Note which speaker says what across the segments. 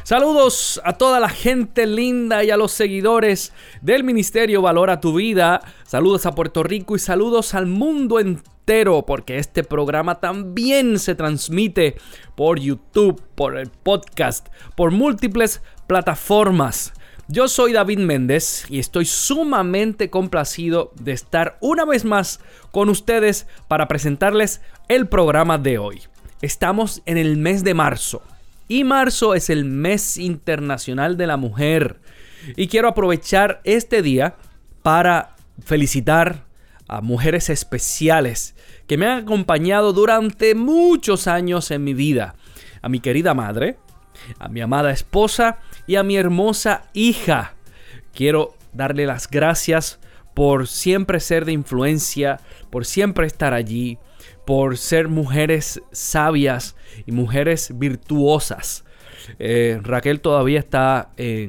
Speaker 1: Saludos a toda la gente linda y a los seguidores del Ministerio Valora tu Vida. Saludos a Puerto Rico y saludos al mundo entero, porque este programa también se transmite por YouTube, por el podcast, por múltiples plataformas. Yo soy David Méndez y estoy sumamente complacido de estar una vez más con ustedes para presentarles el programa de hoy. Estamos en el mes de marzo. Y marzo es el mes internacional de la mujer. Y quiero aprovechar este día para felicitar a mujeres especiales que me han acompañado durante muchos años en mi vida. A mi querida madre, a mi amada esposa y a mi hermosa hija. Quiero darle las gracias por siempre ser de influencia, por siempre estar allí, por ser mujeres sabias y mujeres virtuosas. Raquel todavía está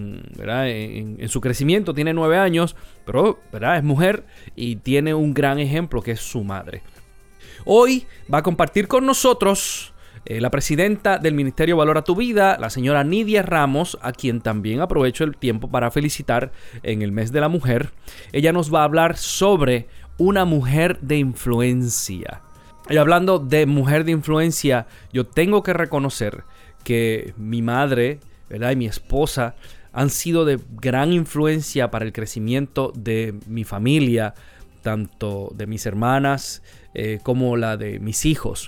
Speaker 1: en su crecimiento, tiene 9 años, pero es mujer y tiene un gran ejemplo que es su madre. Hoy va a compartir con nosotros la presidenta del Ministerio Valora tu Vida, la señora Nidia Ramos, a quien también aprovecho el tiempo para felicitar en el mes de la mujer. Ella nos va a hablar sobre una mujer de influencia. Y hablando de mujer de influencia, yo tengo que reconocer que mi madre, ¿verdad?, y mi esposa han sido de gran influencia para el crecimiento de mi familia, tanto de mis hermanas como la de mis hijos.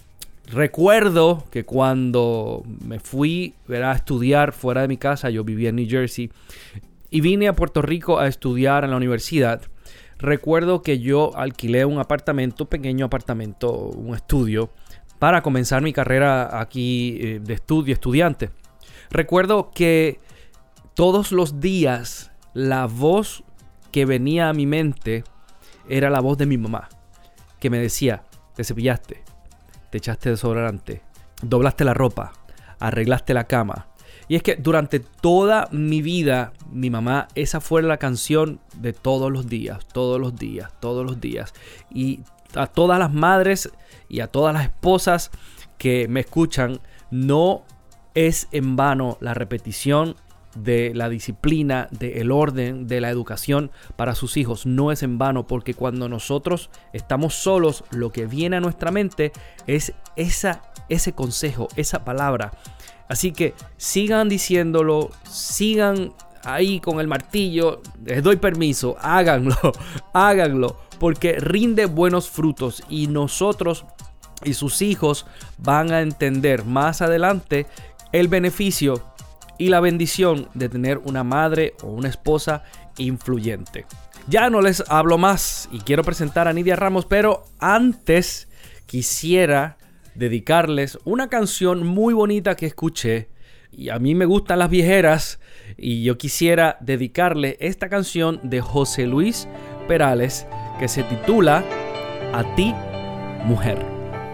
Speaker 1: Recuerdo que cuando me fui, ¿verdad?, a estudiar fuera de mi casa, yo vivía en New Jersey, y vine a Puerto Rico a estudiar en la universidad. Recuerdo que yo alquilé un pequeño apartamento, un estudio, para comenzar mi carrera aquí de estudiante. Recuerdo que todos los días la voz que venía a mi mente era la voz de mi mamá, que me decía: te cepillaste, te echaste desodorante, doblaste la ropa, arreglaste la cama. Y es que durante toda mi vida, mi mamá, esa fue la canción de todos los días, todos los días, todos los días. Y a todas las madres y a todas las esposas que me escuchan, no es en vano la repetición de la disciplina, del orden, de la educación para sus hijos. No es en vano, porque cuando nosotros estamos solos, lo que viene a nuestra mente es ese consejo, esa palabra. Así que sigan diciéndolo, sigan ahí con el martillo, les doy permiso, háganlo, porque rinde buenos frutos y nosotros y sus hijos van a entender más adelante el beneficio y la bendición de tener una madre o una esposa influyente. Ya no les hablo más y quiero presentar a Nidia Ramos, pero antes quisiera dedicarles una canción muy bonita que escuché, y a mí me gustan las viejeras, y yo quisiera dedicarle esta canción de José Luis Perales que se titula A ti, mujer.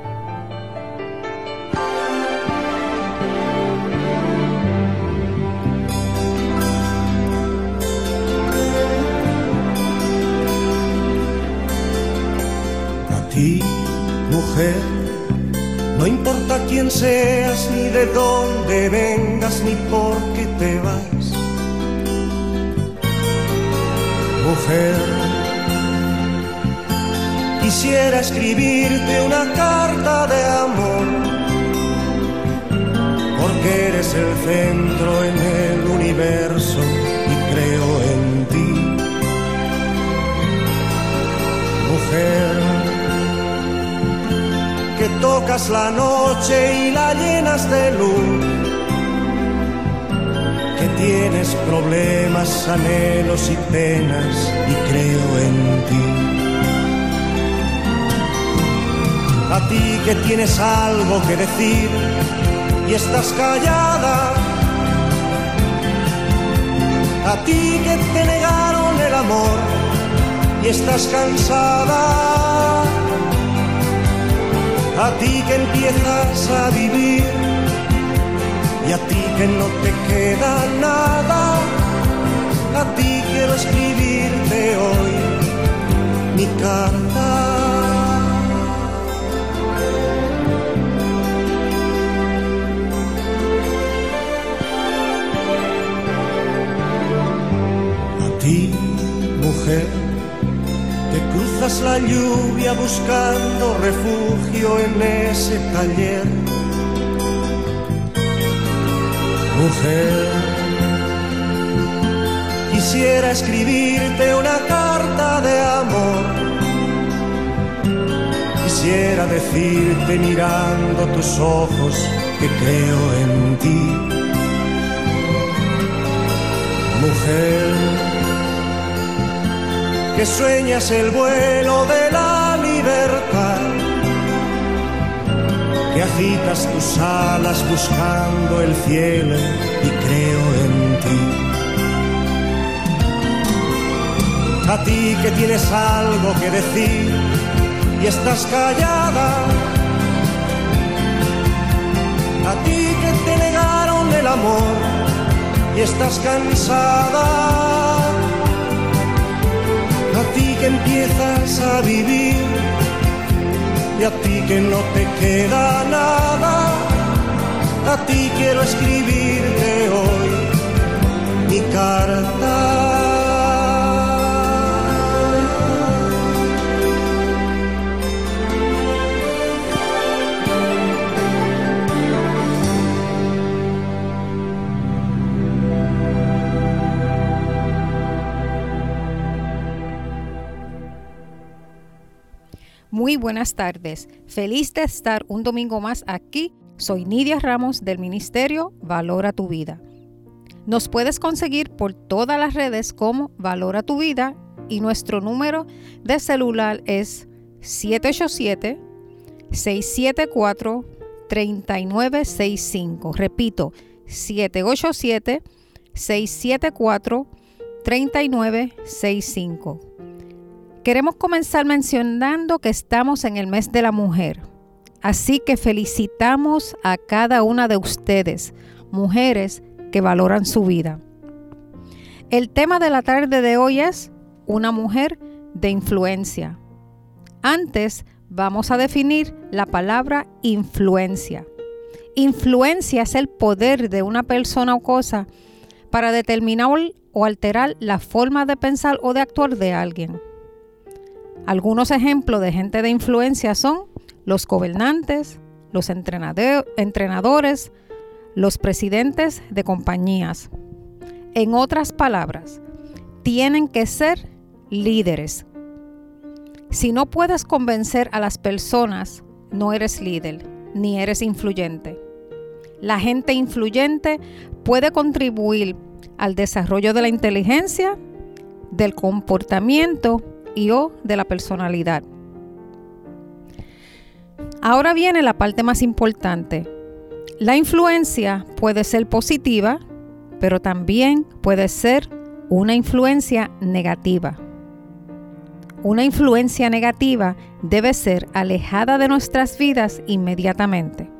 Speaker 2: A ti, mujer, no importa quién seas, ni de dónde vengas, ni por qué te vas. Mujer, quisiera escribirte una carta de amor, porque eres el centro en el universo y creo en ti. Mujer, que tocas la noche y la llenas de luz, que tienes problemas, anhelos y penas y creo en ti. A ti que tienes algo que decir y estás callada, a ti que te negaron el amor y estás cansada, a ti que empiezas a vivir y a ti que no te queda nada, a ti quiero escribirte hoy mi carta. la lluvia buscando refugio en ese taller. Mujer, quisiera escribirte una carta de amor. Quisiera decirte mirando tus ojos que creo en ti. Mujer, que sueñas el vuelo de la libertad, que agitas tus alas buscando el cielo y creo en ti. A ti que tienes algo que decir y estás callada, a ti que te negaron el amor y estás cansada, a ti que empiezas a vivir y a ti que no te queda nada, a ti quiero escribirte hoy mi carta.
Speaker 3: Muy buenas tardes. Feliz de estar un domingo más aquí. Soy Nidia Ramos del Ministerio Valora tu Vida. Nos puedes conseguir por todas las redes como Valora tu Vida y nuestro número de celular es 787-674-3965. Repito, 787-674-3965. Queremos comenzar mencionando que estamos en el mes de la mujer, así que felicitamos a cada una de ustedes, mujeres que valoran su vida. El tema de la tarde de hoy es una mujer de influencia. Antes vamos a definir la palabra influencia. Influencia es el poder de una persona o cosa para determinar o alterar la forma de pensar o de actuar de alguien. Algunos ejemplos de gente de influencia son los gobernantes, los entrenadores, los presidentes de compañías. En otras palabras, tienen que ser líderes. Si no puedes convencer a las personas, no eres líder, ni eres influyente. La gente influyente puede contribuir al desarrollo de la inteligencia, del comportamiento y o de la personalidad. Ahora viene la parte más importante. La influencia puede ser positiva, pero también puede ser una influencia negativa. Una influencia negativa debe ser alejada de nuestras vidas inmediatamente.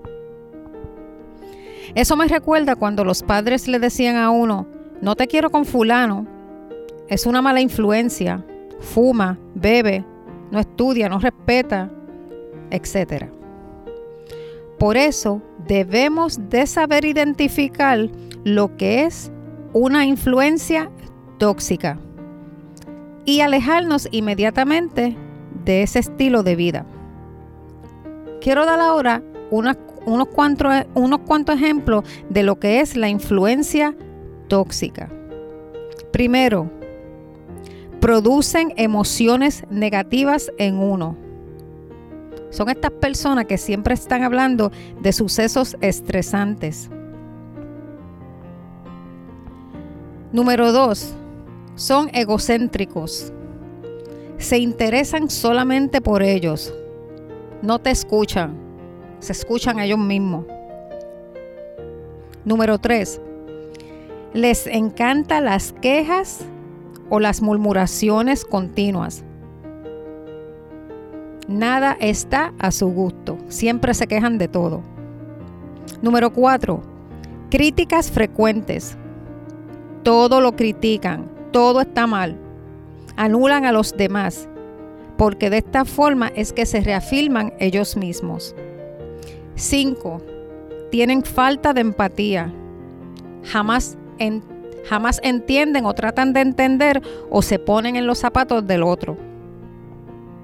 Speaker 3: Eso me recuerda cuando los padres le decían a uno, no te quiero con fulano, es una mala influencia, fuma, bebe, no estudia, no respeta, etc. Por eso debemos de saber identificar lo que es una influencia tóxica y alejarnos inmediatamente de ese estilo de vida. Quiero dar ahora unos cuantos ejemplos de lo que es la influencia tóxica. Primero, producen emociones negativas en uno. Son estas personas que siempre están hablando de sucesos estresantes. Número 2, son egocéntricos. Se interesan solamente por ellos. No te escuchan, se escuchan a ellos mismos. Número 3, les encantan las quejas o las murmuraciones continuas. Nada está a su gusto, siempre se quejan de todo. Número 4, críticas frecuentes. Todo lo critican, todo está mal. Anulan a los demás, porque de esta forma es que se reafirman ellos mismos. 5, tienen falta de empatía. Jamás entienden o tratan de entender o se ponen en los zapatos del otro.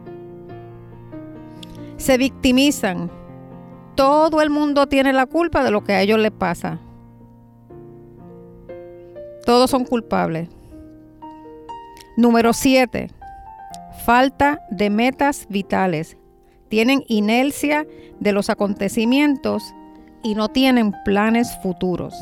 Speaker 3: Se victimizan. Todo el mundo tiene la culpa de lo que a ellos les pasa. Todos son culpables. Número 7. Falta de metas vitales. Tienen inercia de los acontecimientos y no tienen planes futuros.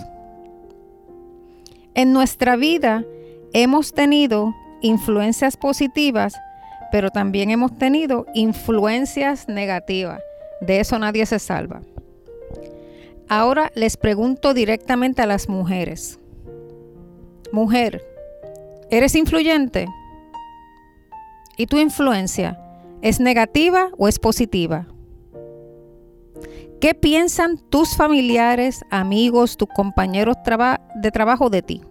Speaker 3: En nuestra vida hemos tenido influencias positivas, pero también hemos tenido influencias negativas. De eso nadie se salva. Ahora les pregunto directamente a las mujeres. Mujer, ¿eres influyente? ¿Y tu influencia es negativa o es positiva? ¿Qué piensan tus familiares, amigos, tus compañeros de trabajo de ti?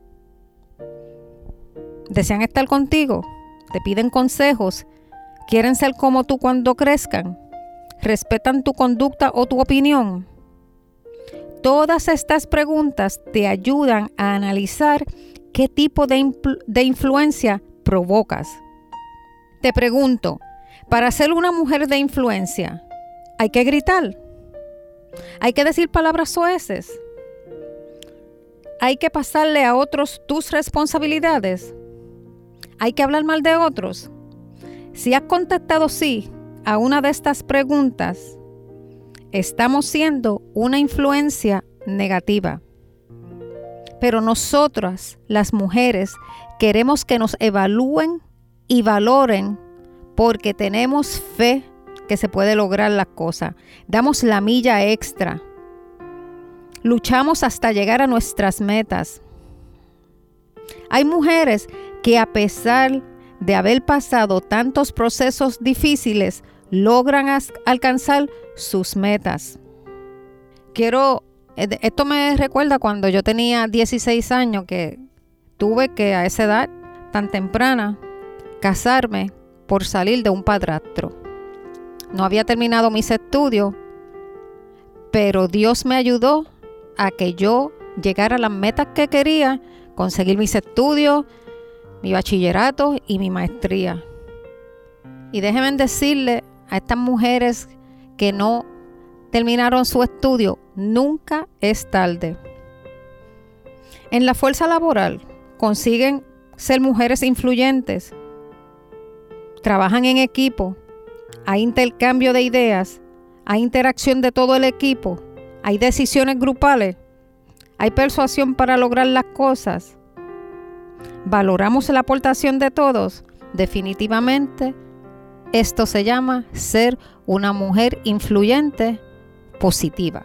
Speaker 3: ¿Desean estar contigo? ¿Te piden consejos? ¿Quieren ser como tú cuando crezcan? ¿Respetan tu conducta o tu opinión? Todas estas preguntas te ayudan a analizar qué tipo de influencia provocas. Te pregunto, para ser una mujer de influencia, ¿hay que gritar? ¿Hay que decir palabras soeces? ¿Hay que pasarle a otros tus responsabilidades? ¿Hay que hablar mal de otros? Si has contestado sí a una de estas preguntas, estamos siendo una influencia negativa. Pero nosotras, las mujeres, queremos que nos evalúen y valoren porque tenemos fe que se puede lograr las cosas. Damos la milla extra. Luchamos hasta llegar a nuestras metas. Hay mujeres que a pesar de haber pasado tantos procesos difíciles, logran alcanzar sus metas. Esto me recuerda cuando yo tenía 16 años que tuve que a esa edad tan temprana casarme por salir de un padrastro. No había terminado mis estudios, pero Dios me ayudó a que yo llegara a las metas que quería, conseguir mis estudios, mi bachillerato y mi maestría. Y déjenme decirle a estas mujeres que no terminaron su estudio, nunca es tarde. En la fuerza laboral consiguen ser mujeres influyentes, trabajan en equipo, hay intercambio de ideas, hay interacción de todo el equipo, hay decisiones grupales, hay persuasión para lograr las cosas. Valoramos la aportación de todos. Definitivamente, esto se llama ser una mujer influyente, positiva.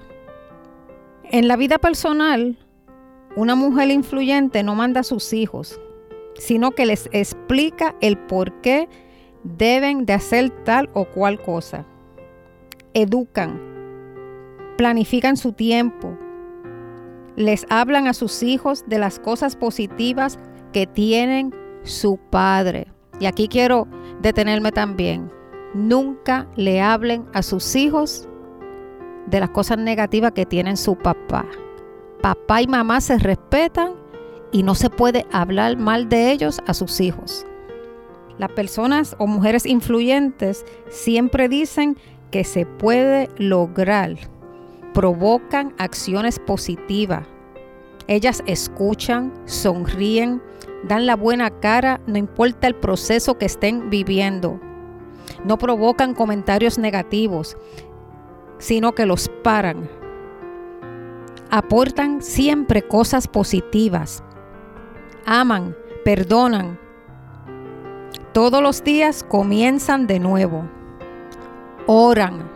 Speaker 3: En la vida personal, una mujer influyente no manda a sus hijos, sino que les explica el por qué deben de hacer tal o cual cosa. Educan, planifican su tiempo, les hablan a sus hijos de las cosas positivas que tienen su padre. Y aquí quiero detenerme también. Nunca le hablen a sus hijos de las cosas negativas que tienen su papá. Papá y mamá se respetan y no se puede hablar mal de ellos a sus hijos. Las personas o mujeres influyentes siempre dicen que se puede lograr. Provocan acciones positivas. Ellas escuchan, sonríen, dan la buena cara, no importa el proceso que estén viviendo. No provocan comentarios negativos, sino que los paran. Aportan siempre cosas positivas. Aman, perdonan. Todos los días comienzan de nuevo. Oran.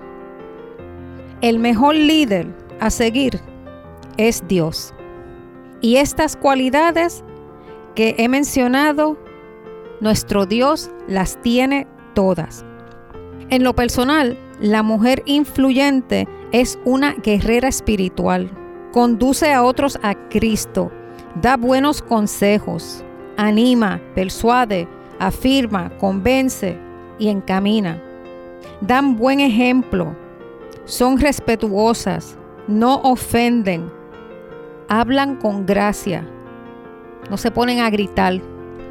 Speaker 3: El mejor líder a seguir es Dios. Y estas cualidades que he mencionado, nuestro Dios las tiene todas. En lo personal, la mujer influyente es una guerrera espiritual. Conduce a otros a Cristo, da buenos consejos, anima, persuade, afirma, convence y encamina. Dan buen ejemplo, son respetuosas, no ofenden, hablan con gracia, no se ponen a gritar.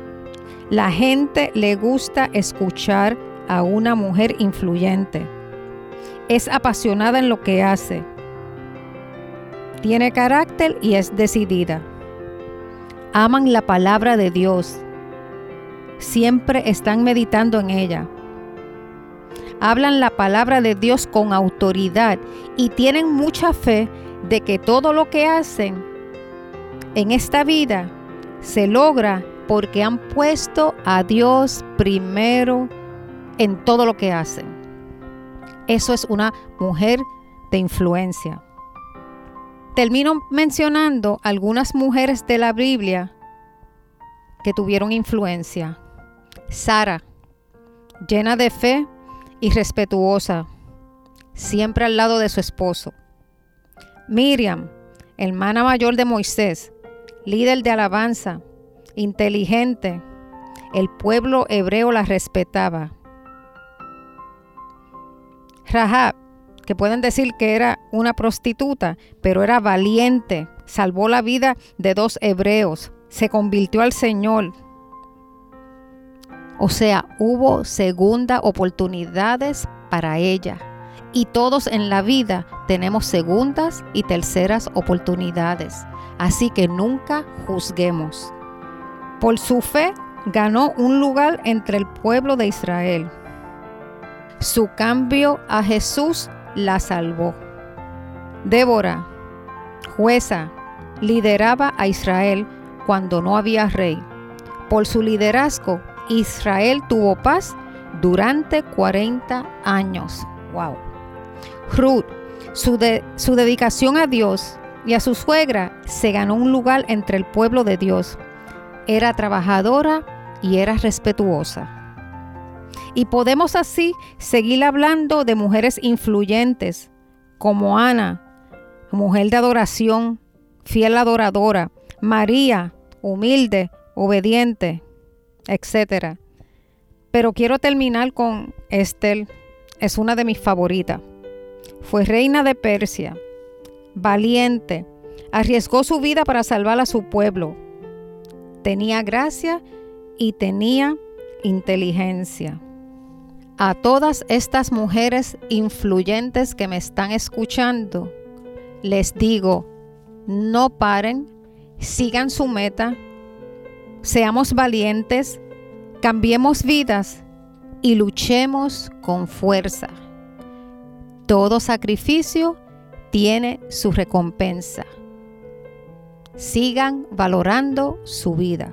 Speaker 3: La gente le gusta escuchar a una mujer influyente Es apasionada en lo que hace. Tiene carácter y es decidida. Aman la palabra de Dios. Siempre están meditando en ella. Hablan la palabra de Dios con autoridad y tienen mucha fe de que todo lo que hacen en esta vida se logra porque han puesto a Dios primero en todo lo que hacen. Eso es una mujer de influencia. Termino mencionando algunas mujeres de la Biblia que tuvieron influencia. Sara, llena de fe y respetuosa, siempre al lado de su esposo. Miriam, hermana mayor de Moisés, líder de alabanza, inteligente. El pueblo hebreo la respetaba. Rahab, que pueden decir que era una prostituta, pero era valiente, salvó la vida de 2 hebreos, se convirtió al Señor. O sea, hubo segunda oportunidades para ella. Y todos en la vida tenemos segundas y terceras oportunidades. Así que nunca juzguemos. Por su fe ganó un lugar entre el pueblo de Israel. Su cambio a Jesús la salvó. Débora, jueza, lideraba a Israel cuando no había rey. Por su liderazgo, Israel tuvo paz durante 40 años. Wow. Ruth, su dedicación a Dios y a su suegra se ganó un lugar entre el pueblo de Dios. Era trabajadora y era respetuosa. Y podemos así seguir hablando de mujeres influyentes como Ana, mujer de adoración, fiel adoradora, María, humilde, obediente, etc. Pero quiero terminar con Esther. Es una de mis favoritas. Fue reina de Persia, valiente, arriesgó su vida para salvar a su pueblo. Tenía gracia y tenía inteligencia. A todas estas mujeres influyentes que me están escuchando, les digo, no paren, sigan su meta, seamos valientes, cambiemos vidas y luchemos con fuerza. Todo sacrificio tiene su recompensa. Sigan valorando su vida.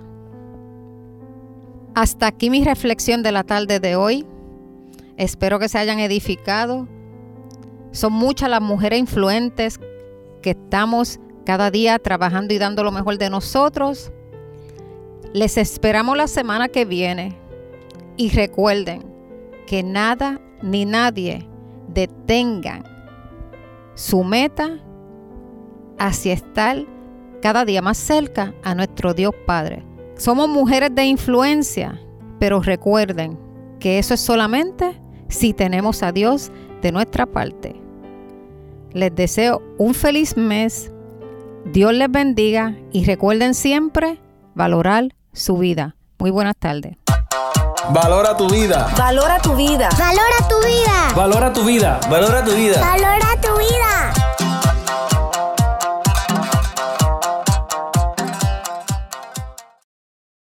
Speaker 3: Hasta aquí mi reflexión de la tarde de hoy. Espero que se hayan edificado. Son muchas las mujeres influentes que estamos cada día trabajando y dando lo mejor de nosotros. Les esperamos la semana que viene. Y recuerden que nada ni nadie detengan su meta hacia estar cada día más cerca a nuestro Dios Padre. Somos mujeres de influencia, pero recuerden que eso es solamente si tenemos a Dios de nuestra parte. Les deseo un feliz mes. Dios les bendiga y recuerden siempre valorar su vida. Muy buenas tardes.
Speaker 4: Valora tu vida.
Speaker 5: Valora tu vida.
Speaker 6: Valora tu vida.
Speaker 4: Valora tu vida.
Speaker 6: Valora tu vida.
Speaker 5: Valora tu vida.